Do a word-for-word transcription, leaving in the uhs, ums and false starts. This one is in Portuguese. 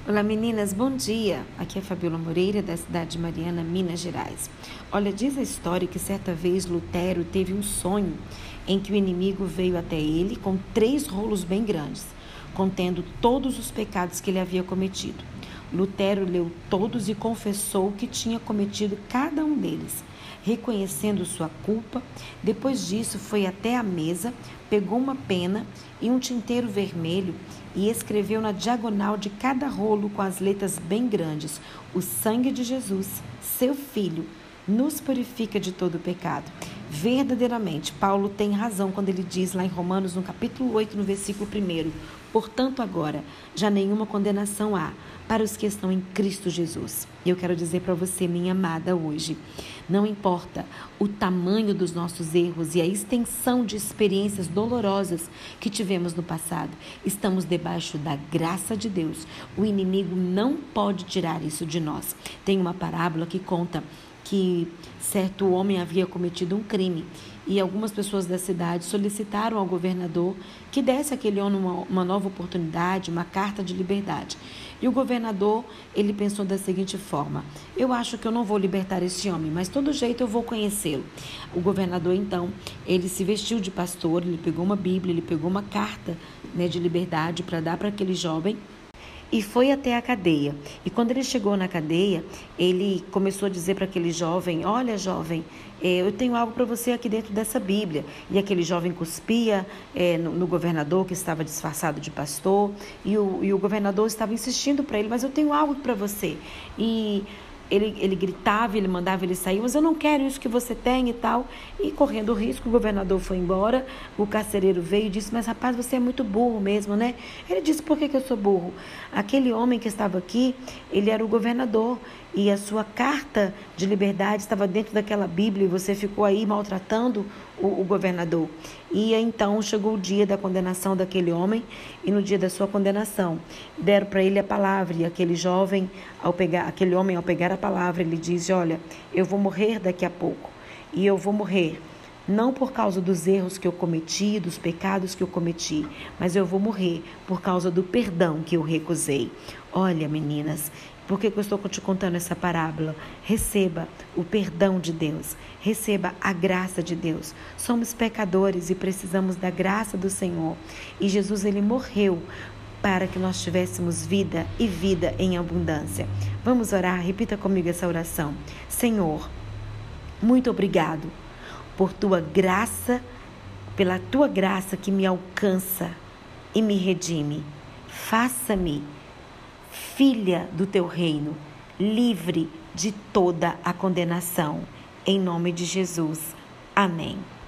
Olá meninas, bom dia! Aqui é a Fabiola Moreira, da cidade de Mariana, Minas Gerais. Olha, diz a história que certa vez Lutero teve um sonho em que o inimigo veio até ele com três rolos bem grandes, contendo todos os pecados que ele havia cometido. Lutero leu todos e confessou que tinha cometido cada um deles, reconhecendo sua culpa. Depois disso, foi até a mesa, pegou uma pena e um tinteiro vermelho e escreveu na diagonal de cada rolo com as letras bem grandes: o sangue de Jesus, seu Filho, nos purifica de todo pecado. Verdadeiramente, Paulo tem razão quando ele diz lá em Romanos, no capítulo oito, no versículo primeiro, portanto agora, já nenhuma condenação há para os que estão em Cristo Jesus. E eu quero dizer para você, minha amada, hoje, não importa o tamanho dos nossos erros e a extensão de experiências dolorosas que tivemos no passado, estamos debaixo da graça de Deus. O inimigo não pode tirar isso de nós. Tem uma parábola que conta que certo homem havia cometido um crime e algumas pessoas da cidade solicitaram ao governador que desse àquele homem uma, uma nova oportunidade, uma carta de liberdade. E o governador, ele pensou da seguinte forma: eu acho que eu não vou libertar esse homem, mas de todo jeito eu vou conhecê-lo. O governador, então, ele se vestiu de pastor, ele pegou uma Bíblia, ele pegou uma carta, né, de liberdade para dar para aquele jovem, e foi até a cadeia. E quando ele chegou na cadeia, ele começou a dizer para aquele jovem: olha, jovem, eu tenho algo para você aqui dentro dessa Bíblia. E aquele jovem cuspia é, no, no governador, que estava disfarçado de pastor, e o, e o governador estava insistindo para ele: mas eu tenho algo para você. E Ele, ele gritava, ele mandava ele sair: mas eu não quero isso que você tem e tal. E correndo o risco, o governador foi embora. O carcereiro veio e disse: mas rapaz, você é muito burro mesmo, né? Ele disse: por que, que eu sou burro? Aquele homem que estava aqui, ele era o governador, e a sua carta de liberdade estava dentro daquela Bíblia, e você ficou aí maltratando o, o governador. E então chegou o dia da condenação daquele homem, e no dia da sua condenação deram para ele a palavra, e aquele jovem, ao pegar, aquele homem ao pegar a palavra, ele diz: olha, eu vou morrer daqui a pouco, e eu vou morrer não por causa dos erros que eu cometi, dos pecados que eu cometi, mas eu vou morrer por causa do perdão que eu recusei. Olha, meninas, por que que eu estou te contando essa parábola? Receba o perdão de Deus, receba a graça de Deus. Somos pecadores e precisamos da graça do Senhor. E Jesus, ele morreu para que nós tivéssemos vida e vida em abundância. Vamos orar? Repita comigo essa oração. Senhor, muito obrigado por tua graça, pela tua graça que me alcança e me redime. Faça-me filha do teu reino, livre de toda a condenação. Em nome de Jesus. Amém.